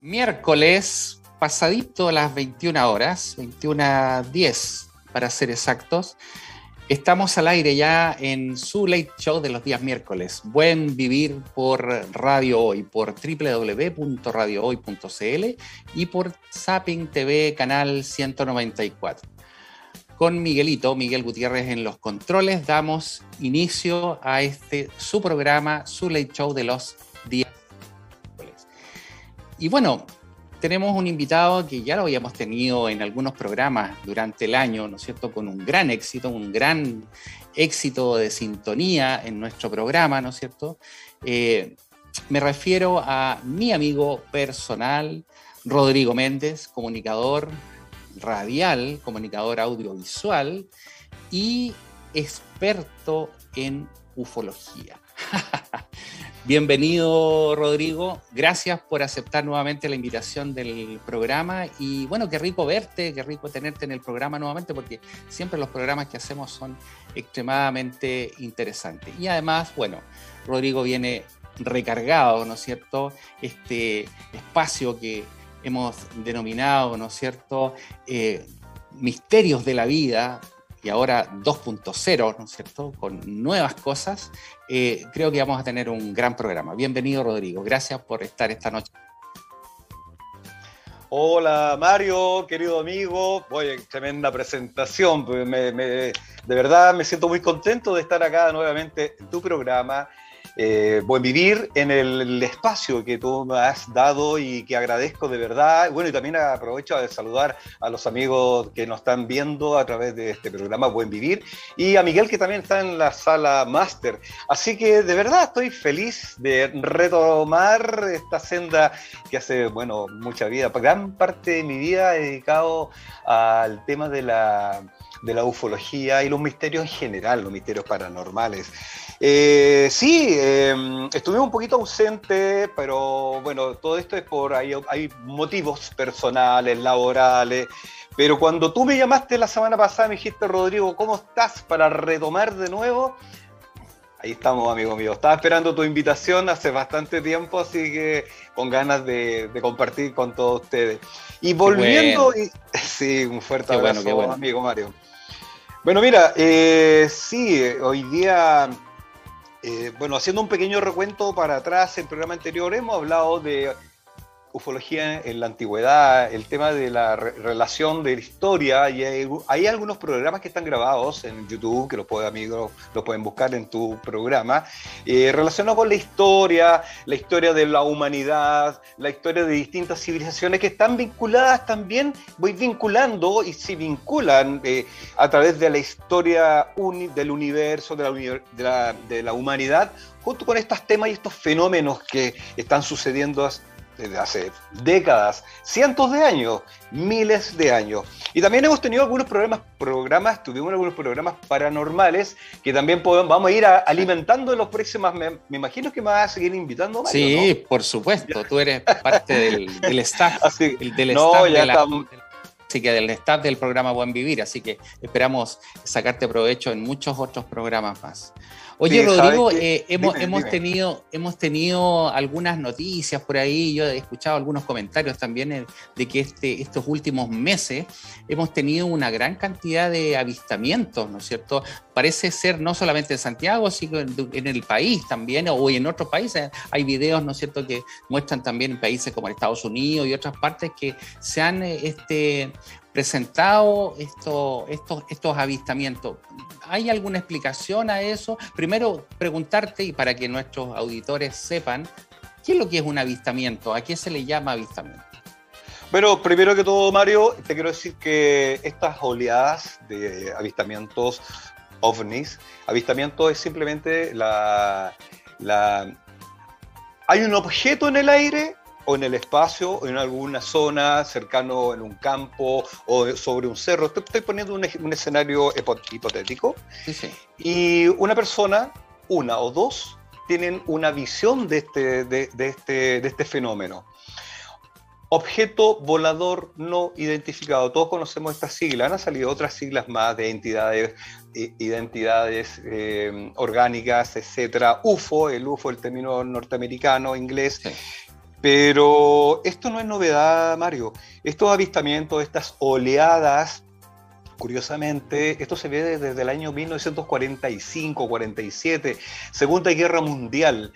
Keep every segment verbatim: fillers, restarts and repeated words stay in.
Miércoles, pasadito las veintiuna horas, veintiuna diez para ser exactos, estamos al aire ya en su late show de los días miércoles. Buen Vivir por Radio Hoy, por doble u doble u doble u punto radio hoy punto c l y por Zapping T V, canal ciento noventa y cuatro. Con Miguelito, Miguel Gutiérrez en los controles, damos inicio a este su programa, su late show de los días miércoles. Y bueno, tenemos un invitado que ya lo habíamos tenido en algunos programas durante el año, ¿no es cierto?, con un gran éxito, un gran éxito de sintonía en nuestro programa, ¿no es cierto? Eh, me refiero a mi amigo personal, Rodrigo Méndez, comunicador radial, comunicador audiovisual y experto en ufología. Bienvenido, Rodrigo. Gracias por aceptar nuevamente la invitación del programa. Y bueno, qué rico verte, qué rico tenerte en el programa nuevamente, porque siempre los programas que hacemos son extremadamente interesantes. Y además, bueno, Rodrigo viene recargado, ¿no es cierto? Este espacio que hemos denominado, ¿no es cierto?, eh, Misterios de la Vida, y ahora dos punto cero, ¿no es cierto?, con nuevas cosas. Eh, creo que vamos a tener un gran programa. Bienvenido, Rodrigo. Gracias por estar esta noche. Hola, Mario, querido amigo. Oye, tremenda presentación. Me, me, de verdad me siento muy contento de estar acá nuevamente en tu programa. Eh, Buen Vivir, en el, el espacio que tú me has dado y que agradezco de verdad. Bueno, y también aprovecho de saludar a los amigos que nos están viendo a través de este programa Buen Vivir, y a Miguel, que también está en la sala máster. Así que de verdad estoy feliz de retomar esta senda que hace, bueno, mucha vida, gran parte de mi vida he dedicado al tema de la, de la ufología y los misterios en general, los misterios paranormales. Eh, sí, eh, estuve un poquito ausente, pero bueno, todo esto es por, hay, hay motivos personales, laborales, pero cuando tú me llamaste la semana pasada me dijiste, Rodrigo, ¿cómo estás para retomar de nuevo? Ahí estamos, amigo mío. Estaba esperando tu invitación hace bastante tiempo, así que con ganas de, de compartir con todos ustedes. Y volviendo, bueno. y, sí, un fuerte qué abrazo, bueno, bueno. amigo Mario. Bueno, mira, eh, sí, hoy día... Eh, bueno, haciendo un pequeño recuento para atrás, en el programa anterior hemos hablado de ufología en la antigüedad, el tema de la re relación de la historia, y hay, hay algunos programas que están grabados en YouTube, que los pueden, amigos, los pueden buscar en tu programa, eh, relacionados con la historia, la historia de la humanidad, la historia de distintas civilizaciones que están vinculadas también, voy vinculando y se vinculan eh, a través de la historia uni del universo, de la, uni de, la, de la humanidad, junto con estos temas y estos fenómenos que están sucediendo desde hace décadas, cientos de años, miles de años. Y también hemos tenido algunos programas, programas tuvimos algunos programas paranormales que también podemos, vamos a ir a, alimentando en los próximos. Me, me imagino que me vas a seguir invitando, Mario, sí, ¿no? Por supuesto, tú eres parte del, del staff, así, el, del no, staff ya de la, estamos. Así que del staff del programa Buen Vivir, así que esperamos sacarte provecho en muchos otros programas más. Oye, sí, Rodrigo, eh, hemos, dime, hemos, dime. Tenido, hemos tenido algunas noticias por ahí, yo he escuchado algunos comentarios también de que este, estos últimos meses hemos tenido una gran cantidad de avistamientos, ¿no es cierto? Parece ser no solamente en Santiago, sino en el país también, o en otros países. Hay videos, ¿no es cierto?, que muestran también en países como Estados Unidos y otras partes que se han este, presentado estos, estos, estos avistamientos. ¿Hay alguna explicación a eso? Primero, preguntarte, y para que nuestros auditores sepan, ¿qué es lo que es un avistamiento? ¿A qué se le llama avistamiento? Bueno, primero que todo, Mario, te quiero decir que estas oleadas de avistamientos ovnis, avistamiento es simplemente la, la... hay un objeto en el aire o en el espacio, o en alguna zona, cercano en un campo o sobre un cerro. Estoy, estoy poniendo un, un escenario hipotético. Sí, sí. Y una persona, una o dos, tienen una visión de este, de, de este, de este fenómeno. Objeto volador no identificado. Todos conocemos estas siglas. Han salido otras siglas más de entidades, identidades eh, orgánicas, etcétera. U F O, el U F O, el término norteamericano, inglés. Sí. Pero esto no es novedad, Mario. Estos avistamientos, estas oleadas, curiosamente, esto se ve desde el año mil novecientos cuarenta y cinco, cuarenta y siete, Segunda Guerra Mundial.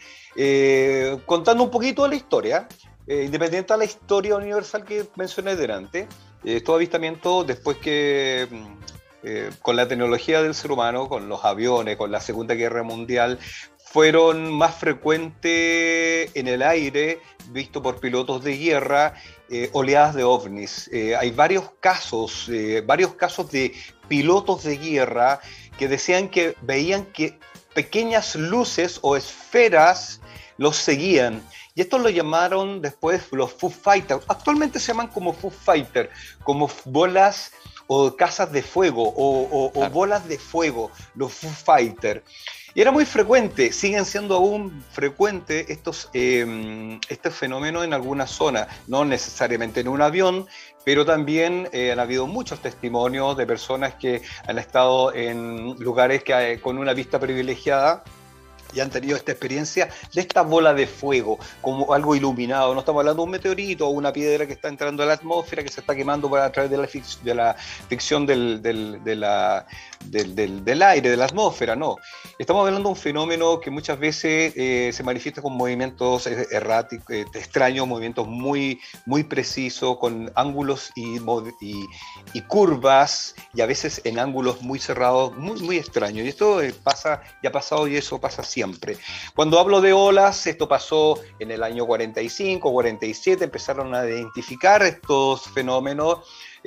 Eh, contando un poquito de la historia, eh, independiente de la historia universal que mencioné delante, eh, estos avistamientos, después que eh, con la tecnología del ser humano, con los aviones, con la Segunda Guerra Mundial, fueron más frecuentes en el aire, visto por pilotos de guerra, eh, oleadas de ovnis. Eh, hay varios casos, eh, varios casos de pilotos de guerra que decían que veían que pequeñas luces o esferas los seguían. Y esto lo llamaron después los Foo Fighters. Actualmente se llaman como Foo Fighters, como bolas o casas de fuego o, o, claro. o bolas de fuego, los Foo Fighters. Y era muy frecuente, siguen siendo aún frecuentes estos, eh, este fenómeno en algunas zonas, no necesariamente en un avión, pero también eh, han habido muchos testimonios de personas que han estado en lugares que, eh, con una vista privilegiada y han tenido esta experiencia de esta bola de fuego, como algo iluminado. No estamos hablando de un meteorito o una piedra que está entrando a la atmósfera, que se está quemando a través de la, fic de la ficción del, del, de la, del, del, del aire, de la atmósfera, no. Estamos hablando de un fenómeno que muchas veces eh, se manifiesta con movimientos erráticos, eh, extraños, movimientos muy, muy precisos, con ángulos y, y, y curvas, y a veces en ángulos muy cerrados, muy, muy extraños. Y esto eh, pasa, y ha pasado, y eso pasa siempre. Cuando hablo de olas, esto pasó en el año cuarenta y cinco, cuarenta y siete, empezaron a identificar estos fenómenos.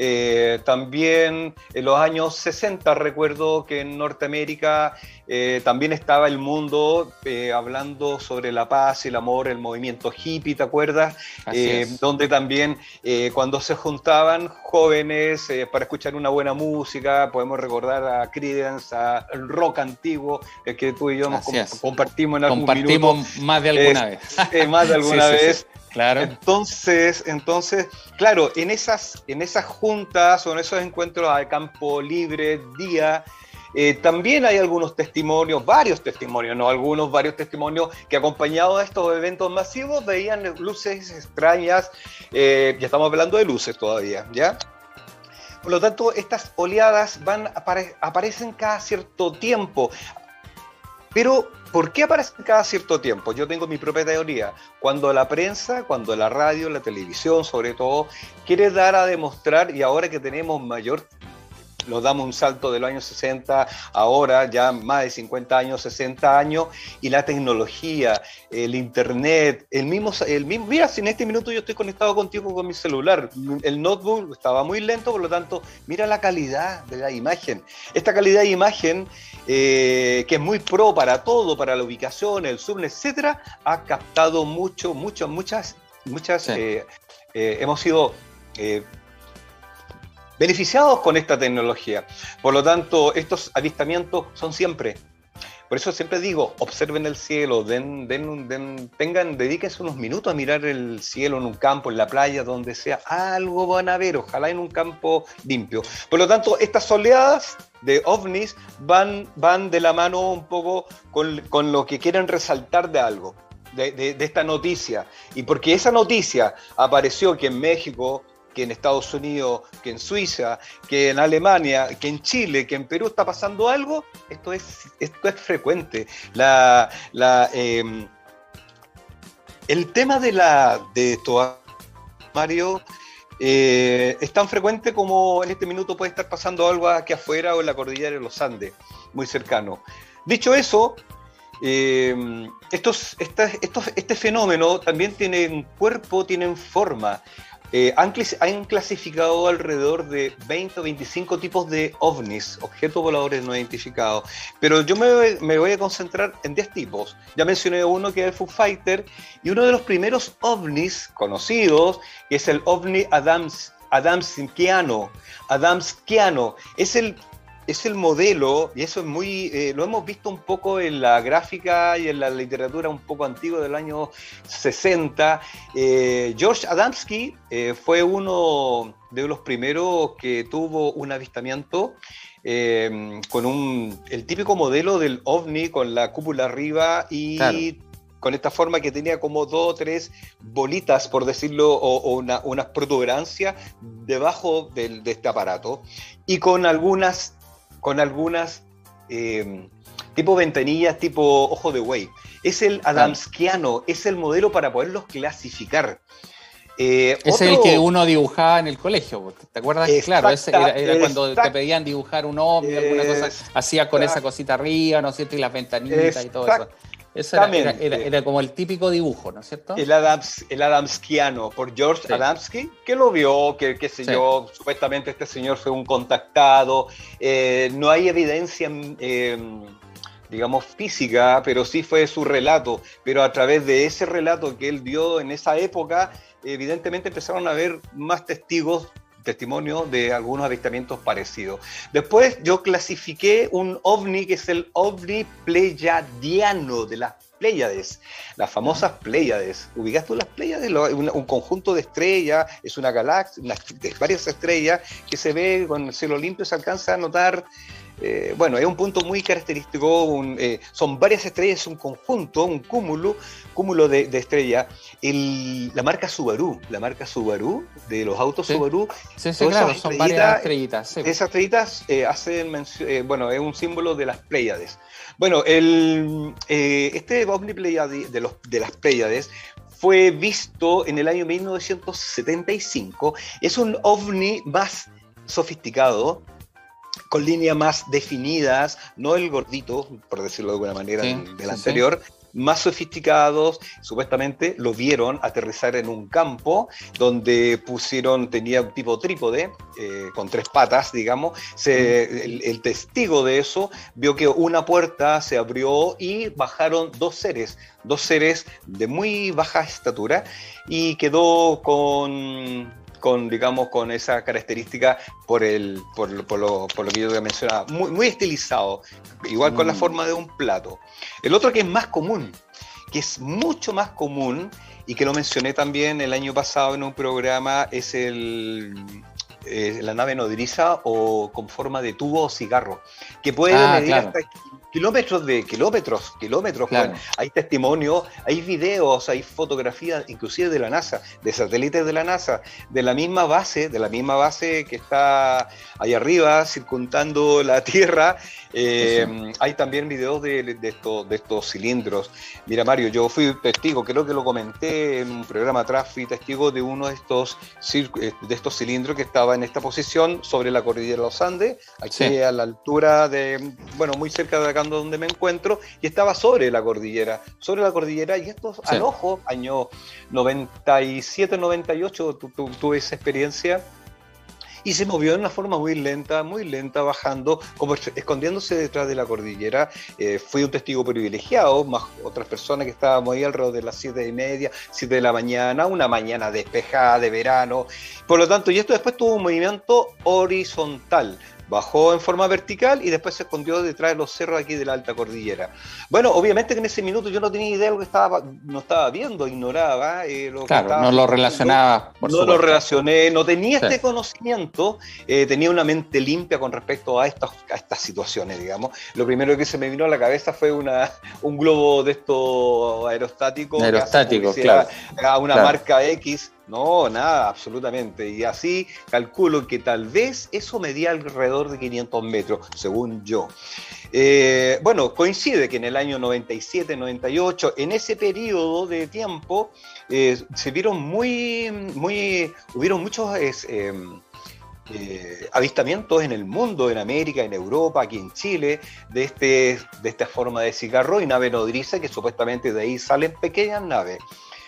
Eh, también en los años sesenta recuerdo que en Norteamérica eh, también estaba el mundo eh, hablando sobre la paz y el amor, el movimiento hippie, ¿te acuerdas? Eh, donde también eh, cuando se juntaban jóvenes eh, para escuchar una buena música, podemos recordar a Creedence, al rock antiguo, el que tú y yo nos comp compartimos en algún Compartimos minuto. más de alguna eh, vez. Eh, más de alguna sí, vez. Sí, sí. Claro. Entonces, entonces, claro, en esas, en esas juntas o en esos encuentros al campo libre, día, eh, también hay algunos testimonios, varios testimonios, no algunos, varios testimonios que acompañados a estos eventos masivos veían luces extrañas, eh, ya estamos hablando de luces todavía, ¿ya? Por lo tanto, estas oleadas van, apare aparecen cada cierto tiempo. Pero, ¿por qué aparecen cada cierto tiempo? Yo tengo mi propia teoría. Cuando la prensa, cuando la radio, la televisión, sobre todo, quiere dar a demostrar, y ahora que tenemos mayor, nos damos un salto de los años sesenta, ahora ya más de cincuenta años, sesenta años, y la tecnología, el internet, el mismo, el mismo, mira, si en este minuto yo estoy conectado contigo con mi celular, el notebook estaba muy lento, por lo tanto, mira la calidad de la imagen. Esta calidad de imagen, eh, que es muy pro para todo, para la ubicación, el zoom, etcétera, ha captado mucho, mucho, muchas, muchas, sí. eh, eh, hemos sido eh, beneficiados con esta tecnología. Por lo tanto, estos avistamientos son siempre. Por eso siempre digo, observen el cielo, den, den, den, tengan, dedíquense unos minutos a mirar el cielo en un campo, en la playa, donde sea, algo van a ver, ojalá en un campo limpio. Por lo tanto, estas oleadas de ovnis van, van de la mano un poco con, con lo que quieren resaltar de algo, de, de, de esta noticia. Y porque esa noticia apareció que en México, que en Estados Unidos, que en Suiza, que en Alemania, que en Chile, que en Perú está pasando algo, esto es, esto es frecuente. La, la, eh, el tema de, la, de esto, Mario, eh, es tan frecuente como en este minuto puede estar pasando algo aquí afuera o en la cordillera de los Andes, muy cercano. Dicho eso, eh, estos, esta, estos, este fenómeno también tiene cuerpo, tienen forma. Eh, han, han clasificado alrededor de veinte o veinticinco tipos de ovnis, objetos voladores no identificados, pero yo me, me voy a concentrar en diez tipos. Ya mencioné uno que es el Foo Fighter, y uno de los primeros ovnis conocidos es el ovni Adams, Adamskiano. Adamskiano es el es el modelo, y eso es muy, eh, lo hemos visto un poco en la gráfica y en la literatura un poco antigua del año sesenta. Eh, George Adamski eh, fue uno de los primeros que tuvo un avistamiento eh, con un, el típico modelo del ovni con la cúpula arriba y, claro. con esta forma que tenía como dos o tres bolitas, por decirlo, o, o una, unas protuberancias debajo del, de este aparato, y con algunas, con algunas eh, tipo ventanillas, tipo ojo de buey. Es el adamskiano, es el modelo para poderlos clasificar. Eh, ese otro, es el que uno dibujaba en el colegio, ¿te acuerdas? Exacta, claro, ese era, era cuando exacta, te pedían dibujar un ovni, alguna cosa, hacías con esa cosita arriba, ¿no es cierto? Y las ventanitas y todo eso. Eso era, era, era, era como el típico dibujo, ¿no es cierto? El, Adams, el Adamskiano, por George sí. Adamski, que lo vio, que qué sé sí. yo, supuestamente este señor fue un contactado. Eh, no hay evidencia, eh, digamos, física, pero sí fue su relato. Pero a través de ese relato que él dio en esa época, evidentemente empezaron a haber más testigos, testimonios de algunos avistamientos parecidos. Después yo clasifiqué un ovni que es el ovni pleyadiano de las Pléyades, las famosas Pléyades. ¿Ubicas tú las Pléyades? Un, un conjunto de estrellas, es una galaxia, una, de varias estrellas que se ve con el cielo limpio, se alcanza a notar. Eh, bueno, es un punto muy característico, un, eh, son varias estrellas, un conjunto, un cúmulo, cúmulo de, de estrellas. El, la marca Subaru, la marca Subaru, de los autos sí. Subaru, sí, sí, claro, son varias estrellitas. Sí. Esas estrellitas eh, hacen mención, eh, bueno, es un símbolo de las Pléyades. Bueno, el, eh, este ovni Pléyade, de, los, de las Pléyades fue visto en el año mil novecientos setenta y cinco. Es un ovni más sofisticado, con líneas más definidas, no el gordito, por decirlo de alguna manera, sí, del sí, anterior, sí. más sofisticados. Supuestamente lo vieron aterrizar en un campo donde pusieron, tenía un tipo trípode, eh, con tres patas, digamos. Se, mm. el, el testigo de eso vio que una puerta se abrió y bajaron dos seres, dos seres de muy baja estatura, y quedó con... con, digamos, con esa característica por, el, por, por, lo, por lo que yo mencionaba, muy, muy estilizado, igual con mm. la forma de un plato. El otro que es más común, que es mucho más común, y que lo mencioné también el año pasado en un programa, es el, eh, la nave nodriza o con forma de tubo o cigarro, que puede ah, medir claro. hasta kilómetros de kilómetros, kilómetros. Claro. Bueno, hay testimonios, hay videos, hay fotografías, inclusive de la NASA, de satélites de la NASA, de la misma base, de la misma base que está ahí arriba, circundando la Tierra. Eh, sí. Hay también videos de, de, estos, de estos cilindros. Mira, Mario, yo fui testigo, creo que lo comenté en un programa atrás, fui testigo de uno de estos, de estos cilindros que estaba en esta posición sobre la cordillera de los Andes, aquí sí. a la altura de, bueno, muy cerca de acá donde me encuentro, y estaba sobre la cordillera, sobre la cordillera, y esto sí. al ojo, año noventa y siete, noventa y ocho, tu, tu, tuve esa experiencia, y se movió de una forma muy lenta, muy lenta, bajando, como escondiéndose detrás de la cordillera. Eh, fui un testigo privilegiado, más otras personas que estábamos ahí alrededor de las siete y media, siete de la mañana, una mañana despejada de verano. Por lo tanto, y esto después tuvo un movimiento horizontal. Bajó en forma vertical y después se escondió detrás de los cerros aquí de la alta cordillera. Bueno, obviamente que en ese minuto yo no tenía idea de lo que estaba, no estaba viendo, ignoraba. Eh, lo claro, que estaba no lo relacionaba. Por no supuesto. lo relacioné, no tenía sí. este conocimiento, eh, tenía una mente limpia con respecto a estas, a estas situaciones, digamos. Lo primero que se me vino a la cabeza fue una, un globo de estos aerostáticos. Aerostático, claro. A una claro. marca X. No, nada, absolutamente. Y así calculo que tal vez eso medía alrededor de quinientos metros, según yo. Eh, bueno, coincide que en el año noventa y siete, noventa y ocho, en ese periodo de tiempo, eh, se vieron muy, muy, hubieron muchos eh, eh, avistamientos en el mundo, en América, en Europa, aquí en Chile, de, este, de esta forma de cigarro y nave nodriza, que supuestamente de ahí salen pequeñas naves.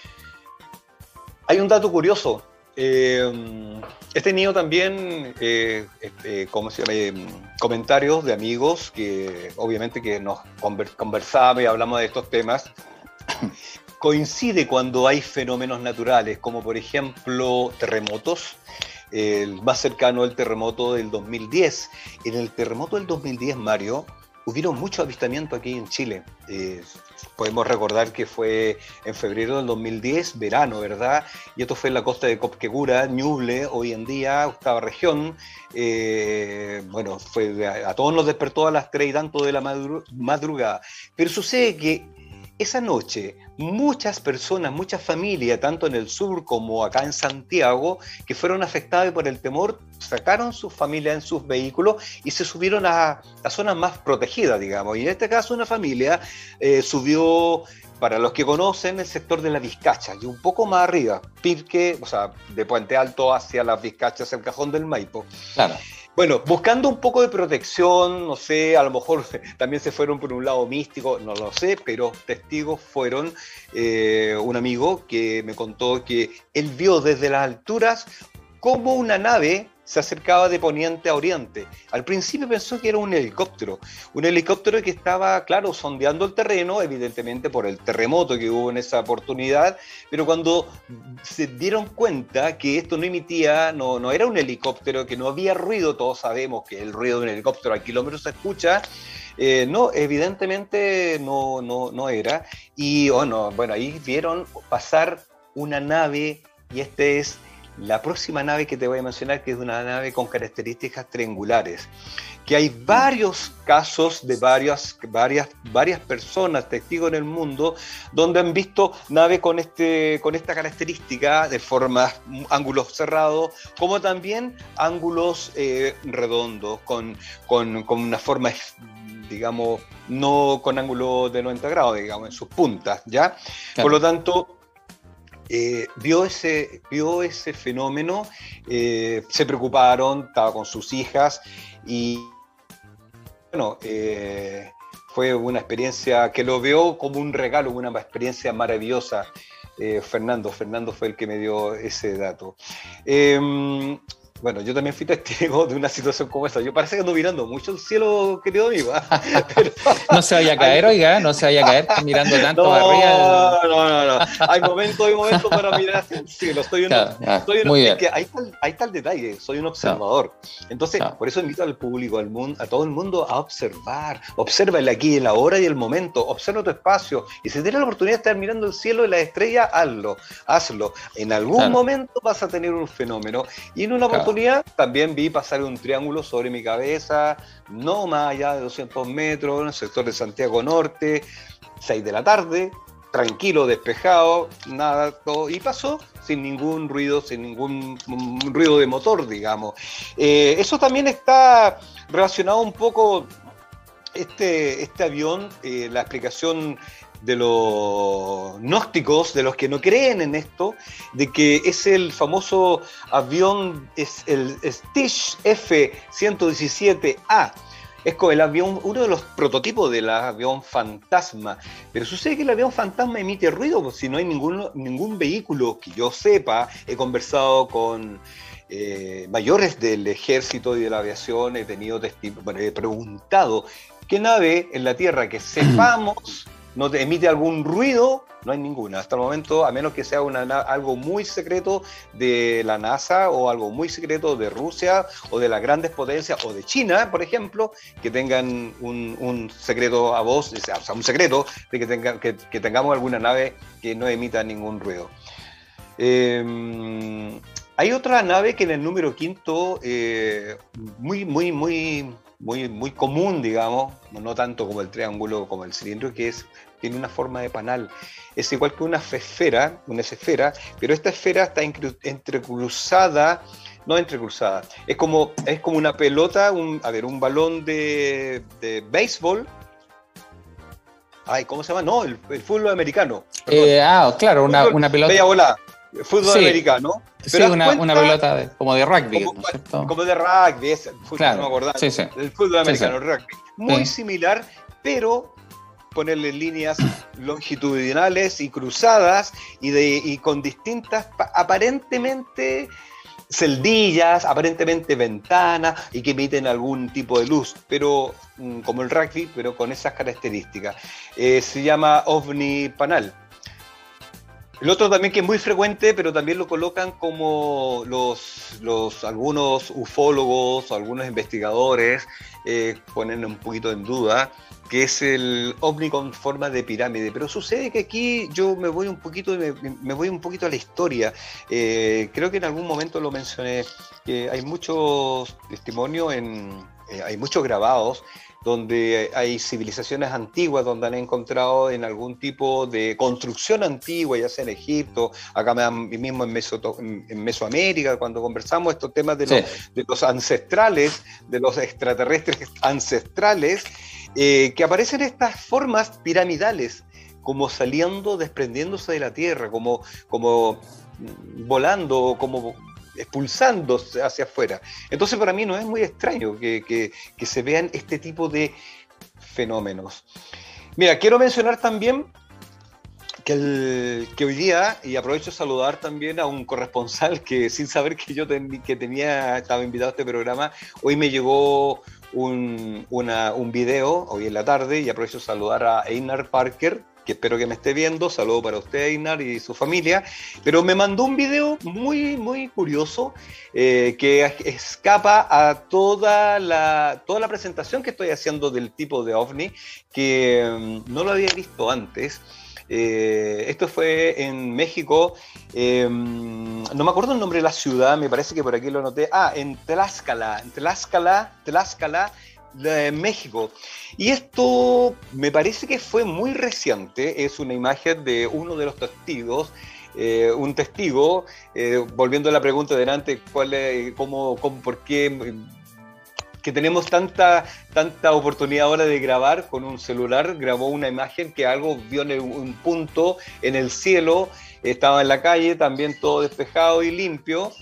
Hay un dato curioso. Eh, he tenido también eh, eh, ¿cómo se llama? Eh, comentarios de amigos que obviamente que nos conversamos y hablamos de estos temas. Coincide cuando hay fenómenos naturales, como por ejemplo terremotos. El más cercano el terremoto del dos mil diez. En el terremoto del dos mil diez, Mario, hubieron muchos avistamientos aquí en Chile. Eh, podemos recordar que fue en febrero del dos mil diez, verano, ¿verdad? Y esto fue en la costa de Copquecura, Ñuble, hoy en día, octava región. Eh, bueno, fue, a, a todos nos despertó a las tres y tanto de la madru- madrugada. Pero sucede que esa noche muchas personas, muchas familias, tanto en el sur como acá en Santiago, que fueron afectadas por el temor, sacaron sus familias en sus vehículos y se subieron a, a zonas más protegidas, digamos. Y en este caso una familia eh, subió, para los que conocen, el sector de la Vizcacha, y un poco más arriba, Pirque, o sea, de Puente Alto hacia las Vizcachas, el Cajón del Maipo. Claro. Bueno, buscando un poco de protección, no sé, a lo mejor también se fueron por un lado místico, no lo sé, pero testigos fueron eh, un amigo que me contó que él vio desde las alturas cómo una nave se acercaba de poniente a oriente. Al principio pensó que era un helicóptero, un helicóptero que estaba, claro, sondeando el terreno, evidentemente por el terremoto que hubo en esa oportunidad, pero cuando se dieron cuenta que esto no emitía, no, no era un helicóptero, que no había ruido, todos sabemos que el ruido de un helicóptero a kilómetros se escucha, eh, no, evidentemente no, no, no era, y oh, no, bueno, ahí vieron pasar una nave, y este es la próxima nave que te voy a mencionar, que es una nave con características triangulares, que hay varios casos de varias, varias, varias personas, testigos en el mundo, donde han visto naves con, este, con esta característica de forma, ángulos cerrados, como también ángulos eh, redondos, con, con, con una forma, digamos, no con ángulo de noventa grados, digamos, en sus puntas, ¿ya? Claro. Por lo tanto, Eh, vio, ese, vio ese fenómeno, eh, se preocuparon, estaba con sus hijas y bueno, eh, fue una experiencia que lo veo como un regalo, una experiencia maravillosa. Eh, Fernando, Fernando fue el que me dio ese dato. Eh, Bueno, yo también fui testigo de una situación como esta. Yo parece que ando mirando mucho el cielo, querido amigo. Pero... no se vaya a caer, hay... oiga, no se vaya a caer mirando tanto no, arriba. No, no, no. Hay momentos, hay momentos para mirar hacia el cielo. Estoy en, claro, ah, estoy en muy bien. Que ahí, está, ahí está el detalle, soy un observador. Entonces, no. por eso invito al público, al mundo, a todo el mundo a observar. Observa el aquí, el ahora y el momento. Observa tu espacio. Y si tienes la oportunidad de estar mirando el cielo y las estrellas, hazlo. Hazlo. En algún claro. momento vas a tener un fenómeno. Y en una claro. oportunidad también vi pasar un triángulo sobre mi cabeza, no más allá de doscientos metros, en el sector de Santiago Norte, seis de la tarde, tranquilo, despejado, nada, todo, y pasó sin ningún ruido, sin ningún ruido de motor, digamos. Eh, eso también está relacionado un poco, este, este avión, eh, la explicación de los gnósticos, de los que no creen en esto, de que es el famoso avión, es el Stiche F ciento diecisiete A. Es como el avión, uno de los prototipos del avión fantasma. Pero sucede que el avión fantasma emite ruido, pues si no hay ningún, ningún vehículo que yo sepa. He conversado con eh, mayores del ejército y de la aviación, he tenido testi- bueno, he preguntado qué nave en la Tierra que sepamos no te emite algún ruido, no hay ninguna. Hasta el momento, a menos que sea una, algo muy secreto de la NASA o algo muy secreto de Rusia o de las grandes potencias o de China, por ejemplo, que tengan un, un secreto a voz, o sea, un secreto de que, tenga, que, que tengamos alguna nave que no emita ningún ruido. Eh, hay otra nave que en el número quinto, eh, muy, muy, muy... Muy, muy común, digamos, no tanto como el triángulo, como el cilindro, que es, tiene una forma de panal. Es igual que una esfera, una esfera, pero esta esfera está entrecruzada, no entrecruzada, es como, es como una pelota, un, a ver, un balón de, de béisbol. Ay, ¿cómo se llama? No, el, el fútbol americano. Eh, ah, claro, una, fútbol, una pelota. Bella bola. Fútbol sí, americano. Sí, una, cuenta, una pelota de, como de rugby, como, ¿no es cierto? Como de rugby, es, fútbol, claro, no me acordaba, sí, sí. el fútbol americano, sí, sí. el rugby. Muy sí. similar, pero ponerle líneas longitudinales y cruzadas y, de, y con distintas, aparentemente, celdillas, aparentemente ventanas y que emiten algún tipo de luz, pero como el rugby, pero con esas características. Eh, se llama ovni panal. El otro también que es muy frecuente, pero también lo colocan como los, los algunos ufólogos o algunos investigadores eh, ponen un poquito en duda, que es el ovni con forma de pirámide. Pero sucede que aquí yo me voy un poquito, me, me voy un poquito a la historia. Eh, creo que en algún momento lo mencioné, que hay muchos testimonios en, eh, hay muchos grabados donde hay civilizaciones antiguas, donde han encontrado en algún tipo de construcción antigua, ya sea en Egipto, acá mismo en, Meso, en Mesoamérica, cuando conversamos estos temas de, sí. los, de los ancestrales, de los extraterrestres ancestrales, eh, que aparecen estas formas piramidales, como saliendo, desprendiéndose de la Tierra, como, como volando, como expulsándose hacia afuera. Entonces para mí no es muy extraño que, que, que se vean este tipo de fenómenos. Mira, quiero mencionar también que, el, que hoy día, y aprovecho de saludar también a un corresponsal que sin saber que yo ten, que tenía, estaba invitado a este programa, hoy me llegó un, una, un video, hoy en la tarde, y aprovecho de saludar a Einar Parker, que espero que me esté viendo. Saludo para usted, Einar, y su familia. Pero me mandó un video muy, muy curioso eh, que escapa a toda la, toda la presentación que estoy haciendo del tipo de ovni, que um, no lo había visto antes. Eh, esto fue en México, eh, no me acuerdo el nombre de la ciudad, me parece que por aquí lo anoté. Ah, en Tlaxcala, en Tlaxcala, Tlaxcala, de México. Y esto me parece que fue muy reciente, es una imagen de uno de los testigos, eh, un testigo, eh, volviendo a la pregunta de delante, ¿cuál es, cómo, cómo, por qué que tenemos tanta, tanta oportunidad ahora de grabar con un celular? Grabó una imagen que algo vio en un punto en el cielo, estaba en la calle, también todo despejado y limpio,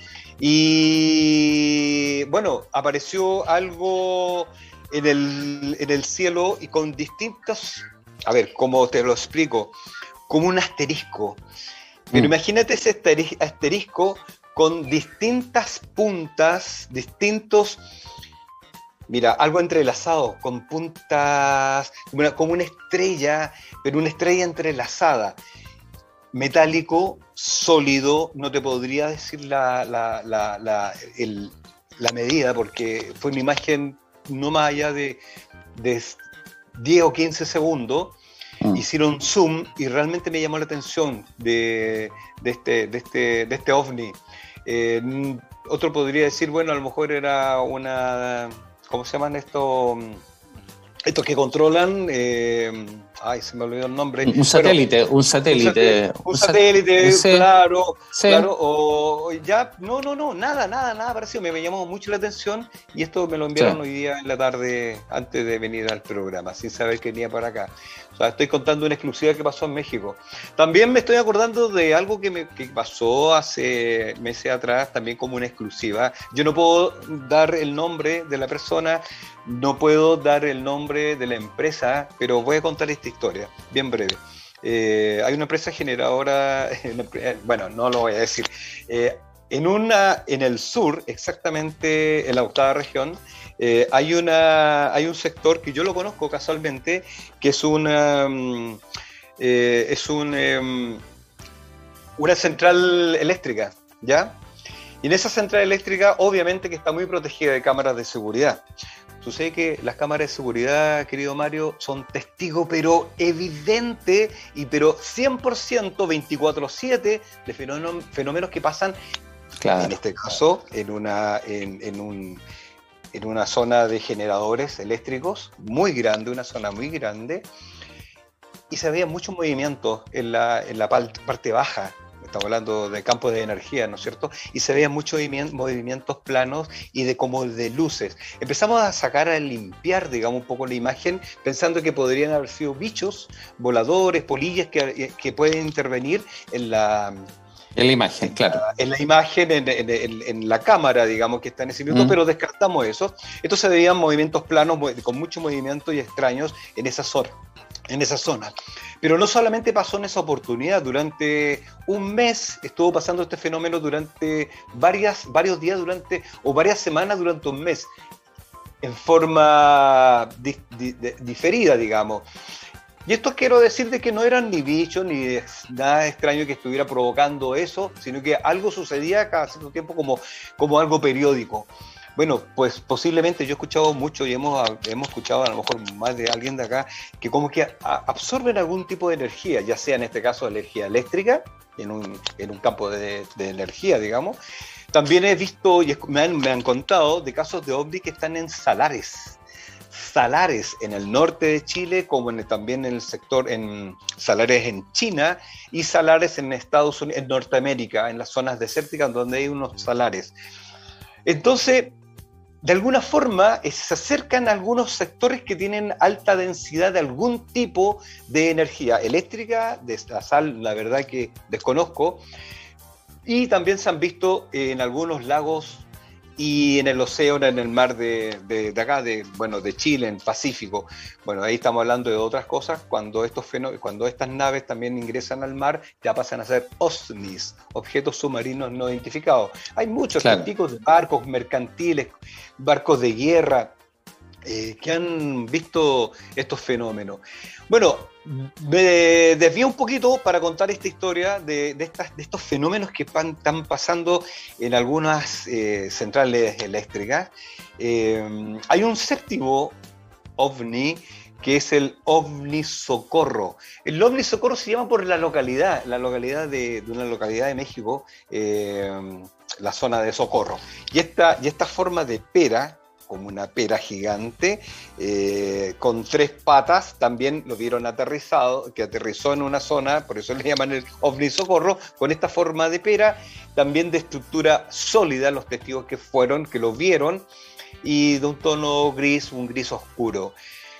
y bueno, apareció algo en el, en el cielo y con distintos, a ver, ¿cómo te lo explico? Como un asterisco. Pero mm. imagínate ese asterisco con distintas puntas, distintos, mira, algo entrelazado, con puntas, como una, como una estrella, pero una estrella entrelazada. Metálico, sólido, no te podría decir la, la, la, la, el, la medida, porque fue una imagen no más allá de, de diez o quince segundos. Mm. Hicieron zoom y realmente me llamó la atención de, de, este, de, este, de este ovni. Eh, otro podría decir, bueno, a lo mejor era una, ¿cómo se llaman estos? Estos que controlan, eh, ay, se me olvidó el nombre. Un satélite, bueno, un satélite. Un satélite, un satélite claro, sí. claro, o ya, no, no, no, nada, nada, nada parecido. Me, me llamó mucho la atención y esto me lo enviaron sí. hoy día en la tarde antes de venir al programa, sin saber que venía para acá. O sea, estoy contando una exclusiva que pasó en México. También me estoy acordando de algo que, me, que pasó hace meses atrás, también como una exclusiva. Yo no puedo dar el nombre de la persona, no puedo dar el nombre de la empresa, pero voy a contar esta historia, bien breve. Eh, hay una empresa generadora, bueno, no lo voy a decir, eh, en, una, en el sur, exactamente en la octava región, eh, hay, una, hay un sector que yo lo conozco casualmente, que es una, eh, es un, eh, una central eléctrica, ¿ya? Y en esa central eléctrica, obviamente que está muy protegida de cámaras de seguridad. Sucede que las cámaras de seguridad, querido Mario, son testigo, pero evidente, y pero cien por ciento veinticuatro siete de fenómenos, fenómenos que pasan, claro. en este caso, en una, en, en, un, en una zona de generadores eléctricos muy grande, una zona muy grande, y se veía mucho movimiento en la, en la parte baja. Estamos hablando de campos de energía, ¿no es cierto? Y se veían muchos movimientos planos y de como de luces. Empezamos a sacar, a limpiar, digamos, un poco la imagen, pensando que podrían haber sido bichos, voladores, polillas que, que pueden intervenir en la... En la imagen, en claro. La, en la imagen, en, en, en, en la cámara, digamos, que está en ese minuto, mm. pero descartamos eso. Entonces se veían movimientos planos con mucho movimiento y extraños en esa zona. En esa zona. Pero no solamente pasó en esa oportunidad, durante un mes estuvo pasando este fenómeno durante varias, varios días durante, o varias semanas durante un mes, en forma di, di, di, diferida, digamos. Y esto quiero decir de que no eran ni bichos, ni nada extraño que estuviera provocando eso, sino que algo sucedía cada cierto tiempo como, como algo periódico. Bueno, pues posiblemente yo he escuchado mucho y hemos, hemos escuchado a lo mejor más de alguien de acá que como que a, absorben algún tipo de energía, ya sea en este caso energía eléctrica, en un, en un campo de, de energía, digamos, También he visto, y me han, me han contado, de casos de ovnis que están en salares. Salares en el norte de Chile, como en, también en el sector, en salares en China y salares en Estados Unidos, en Norteamérica, en las zonas desérticas donde hay unos salares. Entonces, de alguna forma, eh, se acercan a algunos sectores que tienen alta densidad de algún tipo de energía eléctrica, de la sal, la verdad que desconozco, y también se han visto en algunos lagos y en el océano, en el mar de, de, de acá, de, bueno, de Chile, en el Pacífico. Bueno, ahí estamos hablando de otras cosas. Cuando, estos cuando estas naves también ingresan al mar, ya pasan a ser ovnis, objetos submarinos no identificados. Hay muchos Claro. tipos de barcos mercantiles, barcos de guerra, eh, que han visto estos fenómenos. Bueno, me desvío un poquito para contar esta historia de, de, estas, de estos fenómenos que van, están pasando en algunas eh, centrales eléctricas. Eh, hay un séptimo ovni que es el ovni Socorro. El ovni Socorro se llama por la localidad, la localidad de, de una localidad de México, eh, la zona de Socorro. Y esta, y esta forma de pera, como una pera gigante, eh, con tres patas, también lo vieron aterrizado, que aterrizó en una zona, por eso le llaman el ovni Socorro, con esta forma de pera, también de estructura sólida, los testigos que fueron, que lo vieron, y de un tono gris, un gris oscuro.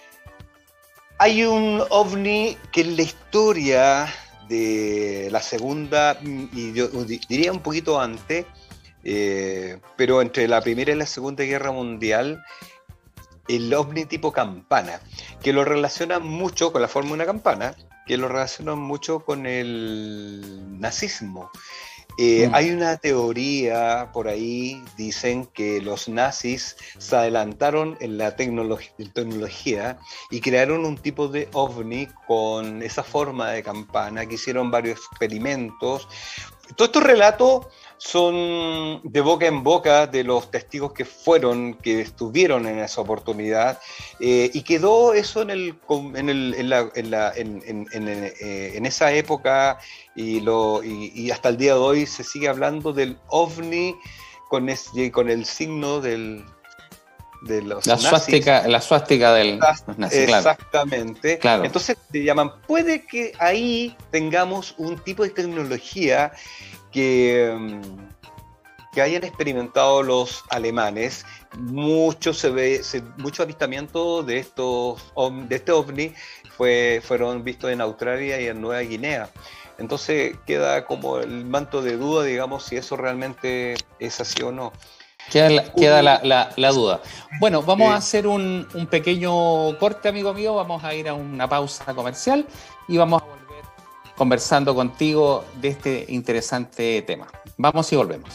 Hay un ovni que en la historia de la segunda, y yo diría un poquito antes, Eh, pero entre la Primera y la Segunda Guerra Mundial, el ovni tipo campana, que lo relacionan mucho con la forma de una campana, que lo relacionan mucho con el nazismo. Eh, mm. Hay una teoría por ahí, dicen que los nazis se adelantaron en la tecnolog- tecnología y crearon un tipo de ovni con esa forma de campana, que hicieron varios experimentos. Todos estos relatos son de boca en boca de los testigos que fueron, que estuvieron en esa oportunidad, eh, y quedó eso en, el, en, el, en, la, en, la, en, en, en, eh, en esa época, y, lo, y, y hasta el día de hoy se sigue hablando del ovni con, es, con el signo del... de los la nazis. Suástica, la suástica del los nazis, exactamente, claro. Entonces te llaman, puede que ahí tengamos un tipo de tecnología que, que hayan experimentado los alemanes. Mucho se ve, se, mucho avistamiento de estos de este ovni fue, fueron vistos en Australia y en Nueva Guinea. Entonces queda como el manto de duda, digamos, si eso realmente es así o no. Queda, la, queda la, la, la duda. Bueno, vamos a hacer un, un pequeño corte, amigo mío. Vamos a ir a una pausa comercial y vamos a volver conversando contigo de este interesante tema. Vamos y volvemos.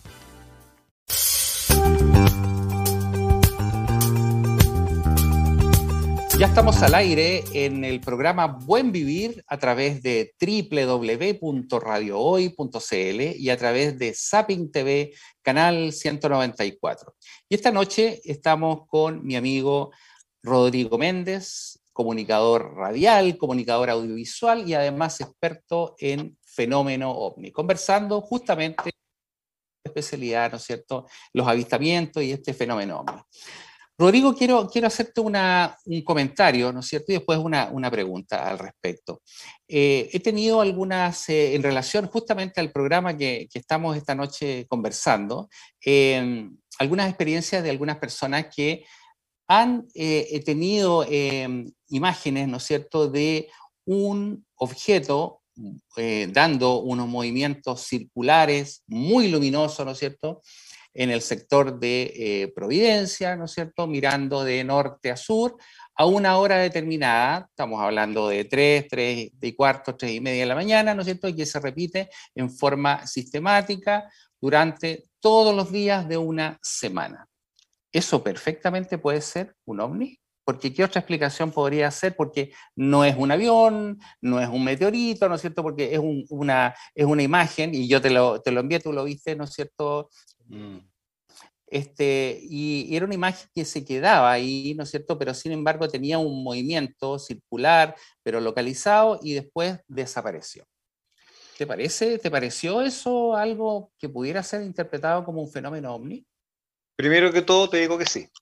Ya estamos al aire en el programa Buen Vivir a través de doble u doble u doble u punto radio hoy punto c l y a través de Zapping T V, canal ciento noventa y cuatro. Y esta noche estamos con mi amigo Rodrigo Méndez, comunicador radial, comunicador audiovisual y además experto en fenómeno ovni, conversando justamente de especialidad, ¿no es cierto?, los avistamientos y este fenómeno ovni. Rodrigo, quiero, quiero hacerte una, un comentario, ¿no es cierto? Y después una, una pregunta al respecto. Eh, he tenido algunas, eh, en relación justamente al programa que, que estamos esta noche conversando, eh, algunas experiencias de algunas personas que han eh, tenido eh, imágenes, ¿no es cierto?, de un objeto eh, dando unos movimientos circulares muy luminosos, ¿no es cierto?, en el sector de eh, Providencia, ¿no es cierto?, mirando de norte a sur a una hora determinada, estamos hablando de tres, tres y cuarto, tres y media de la mañana, ¿no es cierto?, y que se repite en forma sistemática durante todos los días de una semana. ¿Eso perfectamente puede ser un ovni? Porque ¿qué otra explicación podría ser? Porque no es un avión, no es un meteorito, ¿no es cierto?, porque es, un, una, es una imagen, y yo te lo, te lo envié, tú lo viste, ¿no es cierto?, Este, y, y era una imagen que se quedaba ahí, ¿no es cierto?, pero sin embargo tenía un movimiento circular, pero localizado, y después desapareció. ¿Te parece, te pareció eso algo que pudiera ser interpretado como un fenómeno ovni? Primero que todo, te digo que sí.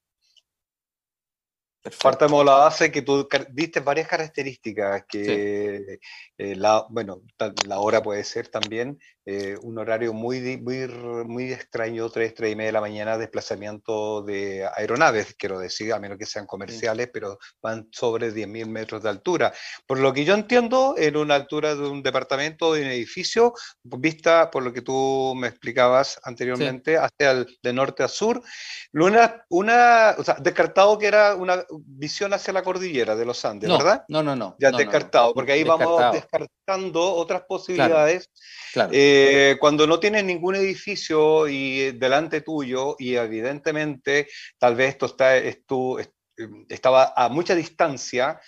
Perfecto. Partamos de la base que tú diste varias características, Sí. que eh, la, bueno, la hora puede ser también eh, un horario muy, muy, muy extraño, tres, tres y media de la mañana, desplazamiento de aeronaves, quiero decir, a menos que sean comerciales, sí, pero van sobre diez mil metros de altura. Por lo que yo entiendo, en una altura de un departamento, de un edificio, vista por lo que tú me explicabas anteriormente, sí, hacia el de norte a sur, una, una, o sea, descartado que era una visión hacia la cordillera de los Andes, no, ¿verdad? No, no, no. Ya no, descartado, no, no. porque ahí Descartado. vamos descartando otras posibilidades. Claro, claro. Eh, cuando no tienes ningún edificio y delante tuyo, y evidentemente tal vez esto está, esto, estaba a mucha distancia,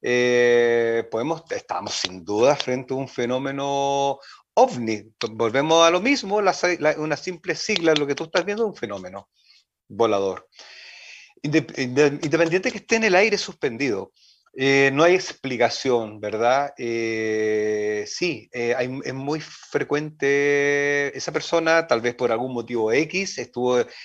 eh, podemos, estamos sin duda frente a un fenómeno ovni. Volvemos a lo mismo, la, la, una simple sigla, lo que tú estás viendo es un fenómeno volador. Independiente que esté en el aire suspendido. Eh, no hay explicación, ¿verdad? Eh, sí, eh, hay, es muy frecuente esa persona, tal vez por algún motivo X, estuvo eh,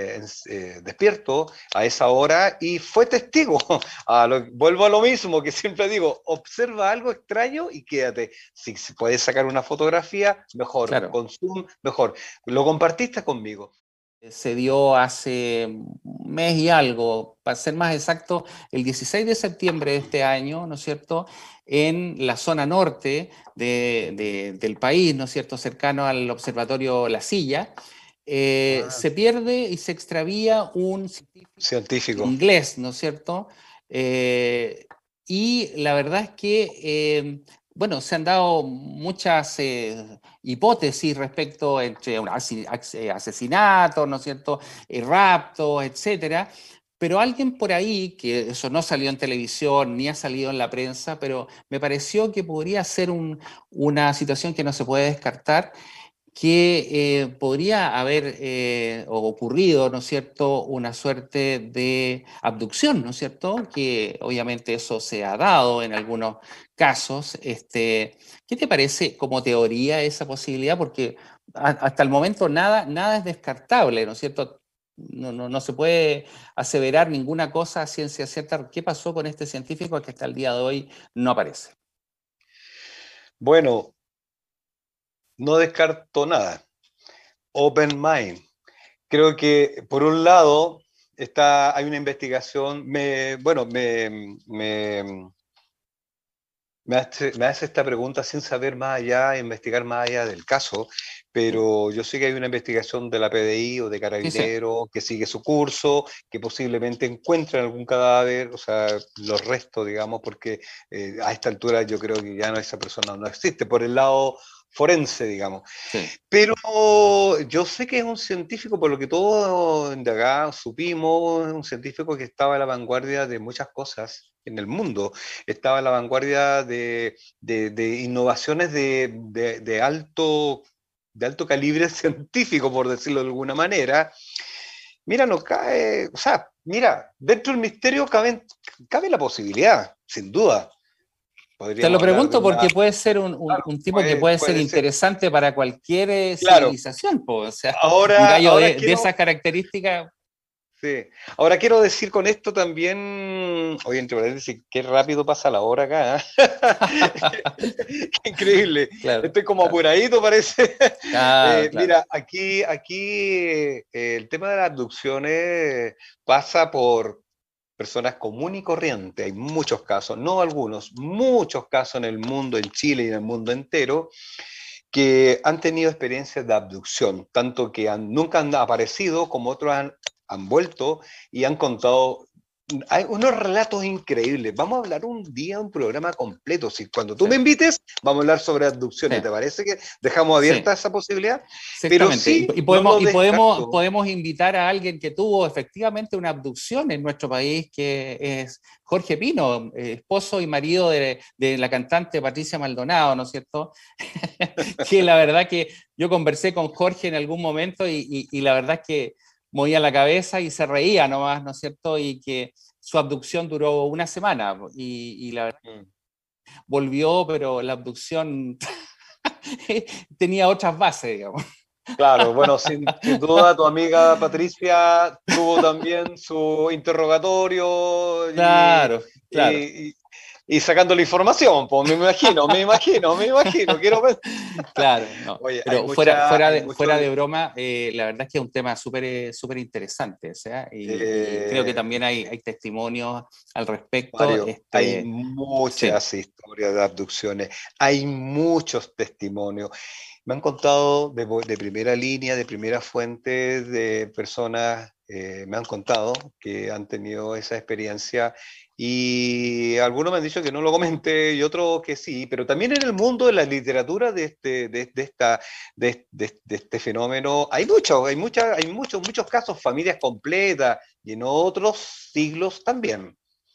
eh, despierto a esa hora y fue testigo. A lo, vuelvo a lo mismo que siempre digo, observa algo extraño y quédate. Si, si puedes sacar una fotografía, mejor, claro. con zoom, mejor. Lo compartiste conmigo. Se dio hace un mes y algo, para ser más exacto, el dieciséis de septiembre de este año, ¿no es cierto?, en la zona norte de, de, del país, ¿no es cierto?, cercano al observatorio La Silla, eh, ah. se pierde y se extravía un científico, científico. inglés, ¿no es cierto?, eh, y la verdad es que eh, bueno, se han dado muchas eh, hipótesis respecto entre un asesinato, ¿no es cierto?, eh, raptos, etcétera, pero alguien por ahí, que eso no salió en televisión ni ha salido en la prensa, pero me pareció que podría ser un, una situación que no se puede descartar, que eh, podría haber eh, ocurrido, ¿no es cierto?, una suerte de abducción, ¿no es cierto?, que obviamente eso se ha dado en algunos casos. Este, ¿qué te parece como teoría esa posibilidad? Porque a, hasta el momento nada, nada es descartable, ¿no es cierto? No, no, no se puede aseverar ninguna cosa a ciencia cierta. ¿Qué pasó con este científico que hasta el día de hoy no aparece? Bueno, no descarto nada. Open mind. Creo que, por un lado, está, hay una investigación, me, bueno, me, me, me, hace, me hace esta pregunta sin saber más allá, investigar más allá del caso, pero yo sé que hay una investigación de la P D I o de Carabineros sí, sí. que sigue su curso, que posiblemente encuentren algún cadáver, o sea, los restos, digamos, porque eh, a esta altura yo creo que ya no, esa persona no existe, por el lado forense, digamos. Sí. Pero yo sé que es un científico, por lo que todos de acá supimos, es un científico que estaba a la vanguardia de muchas cosas en el mundo, estaba a la vanguardia de, de, de innovaciones de, de, de, alto, de alto calibre científico, por decirlo de alguna manera. Mira, no cae, o sea, mira, dentro del misterio cabe, cabe la posibilidad, sin duda. Te lo pregunto porque una... puede ser un, un, claro, un tipo puede, que puede, puede ser, ser interesante para cualquier claro. civilización, pues, o sea, ahora, un gallo ahora de, quiero... de esas características. Sí. Ahora quiero decir con esto también, oye, entre paréntesis, qué rápido pasa la hora acá, ¿eh? Qué increíble. Claro, estoy como claro. apuradito, parece. Claro, eh, claro. Mira, aquí, aquí eh, el tema de las abducciones pasa por personas comunes y corrientes. Hay muchos casos, no algunos, muchos casos en el mundo, en Chile y en el mundo entero, que han tenido experiencias de abducción, tanto que han, nunca han aparecido como otros han, han vuelto y han contado. Hay unos relatos increíbles. Vamos a hablar un día, un programa completo. Si cuando tú sí. me invites, vamos a hablar sobre abducciones. Sí. ¿Te parece que dejamos abierta sí. esa posibilidad? Pero sí, y, podemos, no y podemos, podemos invitar a alguien que tuvo efectivamente una abducción en nuestro país, que es Jorge Pino, esposo y marido de, de la cantante Patricia Maldonado, ¿no es cierto? Que la verdad que yo conversé con Jorge en algún momento y, y, y la verdad es que movía la cabeza y se reía nomás, ¿no es cierto? Y que su abducción duró una semana y, y la verdad mm. volvió, pero la abducción tenía otras bases, digamos. Claro, bueno, sin, sin duda tu amiga Patricia tuvo también su interrogatorio y, Claro, claro. y, y sacando la información, pues me imagino, me imagino, me imagino, quiero ver. Claro, no. Oye, hay Pero fuera, mucha, fuera, hay de, mucho, fuera de broma, eh, la verdad es que es un tema súper eh, súper interesante, o sea, y, y creo que eh, también hay, hay testimonios al respecto. Mario, hay Este, sí, muchas historias de abducciones, hay muchos testimonios. Me han contado de, de primera línea, de primera fuente, de personas, eh, me han contado que han tenido esa experiencia y algunos me han dicho que no lo comente y otros que sí, pero también en el mundo de la literatura de este, de, de esta, de, de, de este fenómeno hay muchos, hay, mucha, hay muchos, muchos casos, familias completas y en otros siglos también.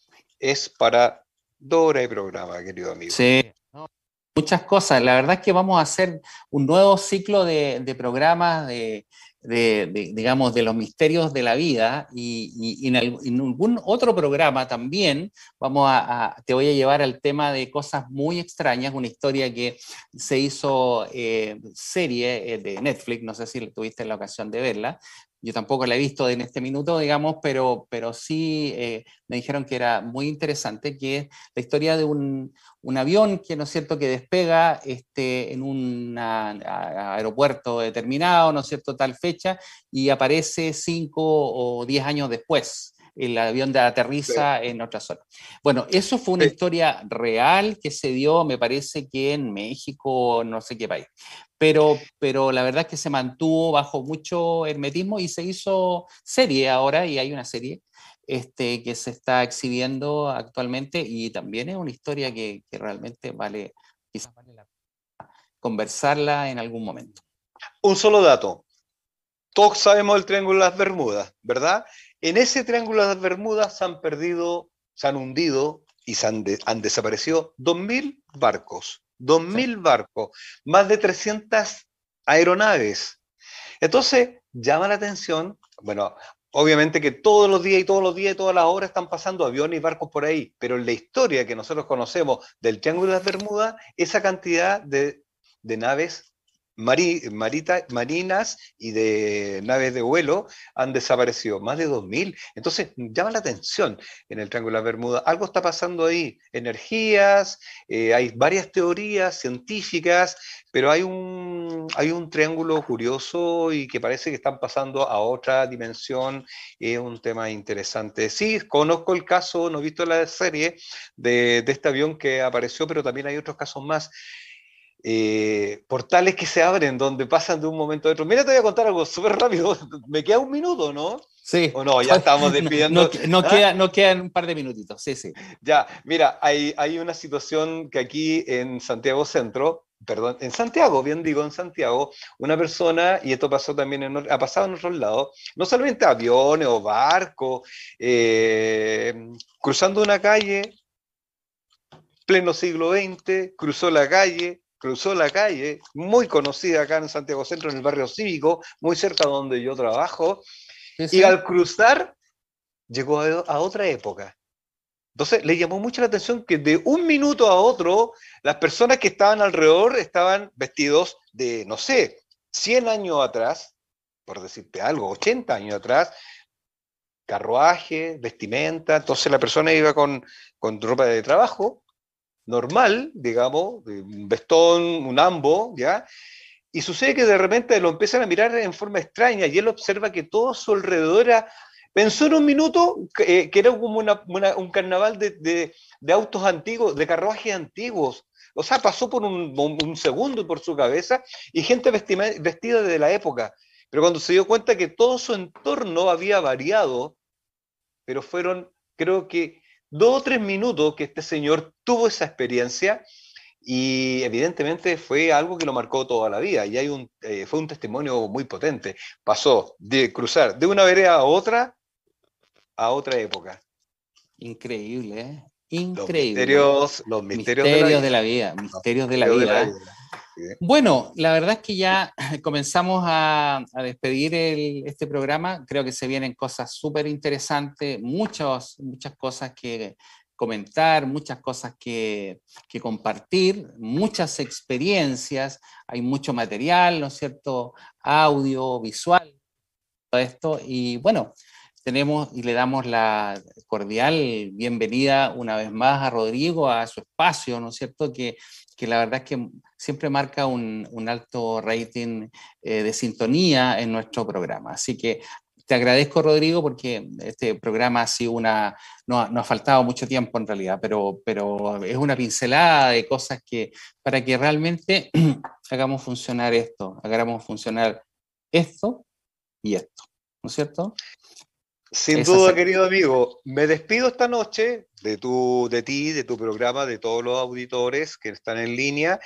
Es para Dora y programa, querido amigo. sí. No, muchas cosas. La verdad es que vamos a hacer un nuevo ciclo de, de programas de, de, de, digamos, de los misterios de la vida y, y, y en, el, en, algún otro programa también vamos a, a, te voy a llevar al tema de cosas muy extrañas, una historia que se hizo eh, serie eh, de Netflix, no sé si tuviste la ocasión de verla. Yo tampoco la he visto en este minuto, digamos, pero, pero sí eh, me dijeron que era muy interesante, que es la historia de un, un avión que, ¿no es cierto?, que despega este, en un aeropuerto determinado, ¿no es cierto?, tal fecha, y aparece cinco o diez años después. El avión de aterriza en otra zona. Bueno, eso fue una Sí. historia real que se dio, me parece que en México, no sé qué país. Pero, pero la verdad es que se mantuvo bajo mucho hermetismo y se hizo serie ahora, y hay una serie este, que se está exhibiendo actualmente y también es una historia que, que realmente vale, quizás vale la pena conversarla en algún momento. Un solo dato. Todos sabemos el Triángulo de las Bermudas, ¿verdad? En ese Triángulo de las Bermudas se han perdido, se han hundido y se han, de, han desaparecido dos mil barcos. dos mil sí. barcos. Más de trescientas aeronaves. Entonces, llama la atención, bueno, obviamente que todos los días y todos los días y todas las horas están pasando aviones y barcos por ahí, pero en la historia que nosotros conocemos del Triángulo de las Bermudas, esa cantidad de, de naves mari, marita, marinas y de naves de vuelo han desaparecido, más de dos mil. Entonces, llama la atención en el Triángulo de las Bermudas. Algo está pasando ahí, energías, eh, hay varias teorías científicas, pero hay un, hay un triángulo curioso y que parece que están pasando a otra dimensión. Es un tema interesante. Sí, conozco el caso, no he visto la serie de, de este avión que apareció, pero también hay otros casos más. Eh, portales que se abren donde pasan de un momento a otro. Mira, te voy a contar algo súper rápido. Me queda un minuto, ¿no? Sí. ¿O no? Ya estamos despidiendo. No, no, no, ¿Ah? queda, no quedan un par de minutitos. Sí, sí. Ya, mira, hay, hay una situación que aquí en Santiago Centro, perdón, en Santiago, bien digo, en Santiago, una persona, y esto pasó también, en, ha pasado en otros lados, no solamente aviones o barcos, eh, cruzando una calle, pleno siglo veinte, cruzó la calle, cruzó la calle, muy conocida acá en Santiago Centro, en el barrio cívico, muy cerca de donde yo trabajo, sí, sí. Y al cruzar llegó a, a otra época. Entonces le llamó mucho la atención que de un minuto a otro las personas que estaban alrededor estaban vestidos de, no sé, cien años atrás, por decirte algo, ochenta años atrás, carruaje, vestimenta, entonces la persona iba con, con ropa de trabajo, normal, digamos, un vestón, un ambo, ¿ya? Y sucede que de repente lo empiezan a mirar en forma extraña y él observa que todo a su alrededor era... Pensó en un minuto que, que era como una, una, un carnaval de, de, de autos antiguos, de carruajes antiguos. O sea, pasó por un, un segundo por su cabeza y gente vestida, vestida de la época. Pero cuando se dio cuenta que todo su entorno había variado, pero fueron, creo que, dos o tres minutos que este señor tuvo esa experiencia y evidentemente fue algo que lo marcó toda la vida. Y hay un, eh, fue un testimonio muy potente. Pasó de cruzar de una vereda a otra, a otra época. Increíble, ¿eh? Increíble. Los misterios, los misterios, misterios de la vida. De la vida misterios de la vida. De la vida. Sí. Bueno, la verdad es que ya comenzamos a, a despedir el, este programa. Creo que se vienen cosas súper interesantes, muchas, muchas cosas que, comentar, muchas cosas que, que compartir, muchas experiencias, hay mucho material, ¿no es cierto? Audio, visual, todo esto. Y bueno, tenemos y le damos la cordial bienvenida una vez más a Rodrigo, a su espacio, ¿no es cierto? Que, que la verdad es que siempre marca un, un alto rating eh, de sintonía en nuestro programa. Así que te agradezco, Rodrigo, porque este programa ha sido una, no, no ha faltado mucho tiempo en realidad, pero, pero es una pincelada de cosas que, para que realmente hagamos funcionar esto, hagamos funcionar esto y esto, ¿no es cierto? Sin Esa duda, se... querido amigo, me despido esta noche de, tu, de ti, de tu programa, de todos los auditores que están en línea,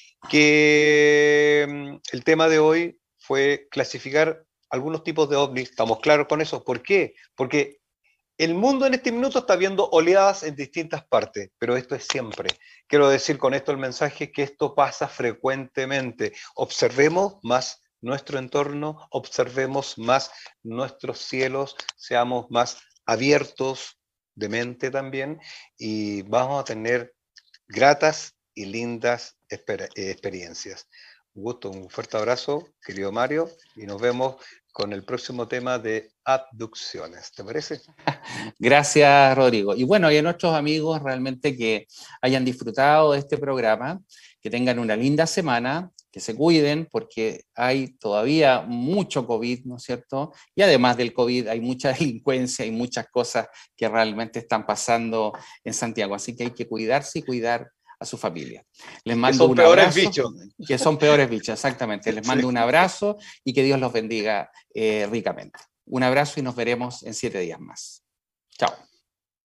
que el tema de hoy fue clasificar algunos tipos de ovnis. ¿Estamos claros con eso? ¿Por qué? Porque el mundo en este minuto está viendo oleadas en distintas partes, pero esto es siempre. Quiero decir con esto el mensaje que esto pasa frecuentemente. Observemos más nuestro entorno, observemos más nuestros cielos, seamos más abiertos de mente también y vamos a tener gratas y lindas exper- experiencias. Un gusto, un fuerte abrazo, querido Mario, y nos vemos con el próximo tema de abducciones. ¿Te parece? Gracias, Rodrigo. Y bueno, y a nuestros amigos realmente que hayan disfrutado de este programa, que tengan una linda semana, que se cuiden porque hay todavía mucho COVID, ¿no es cierto? Y además del COVID hay mucha delincuencia y muchas cosas que realmente están pasando en Santiago. Así que hay que cuidarse y cuidar a su familia. Les Que mando son un peores abrazo, bichos. que son peores bichos, exactamente. Les mando Sí. un abrazo y que Dios los bendiga eh, ricamente. Un abrazo y nos veremos en siete días más. Chao.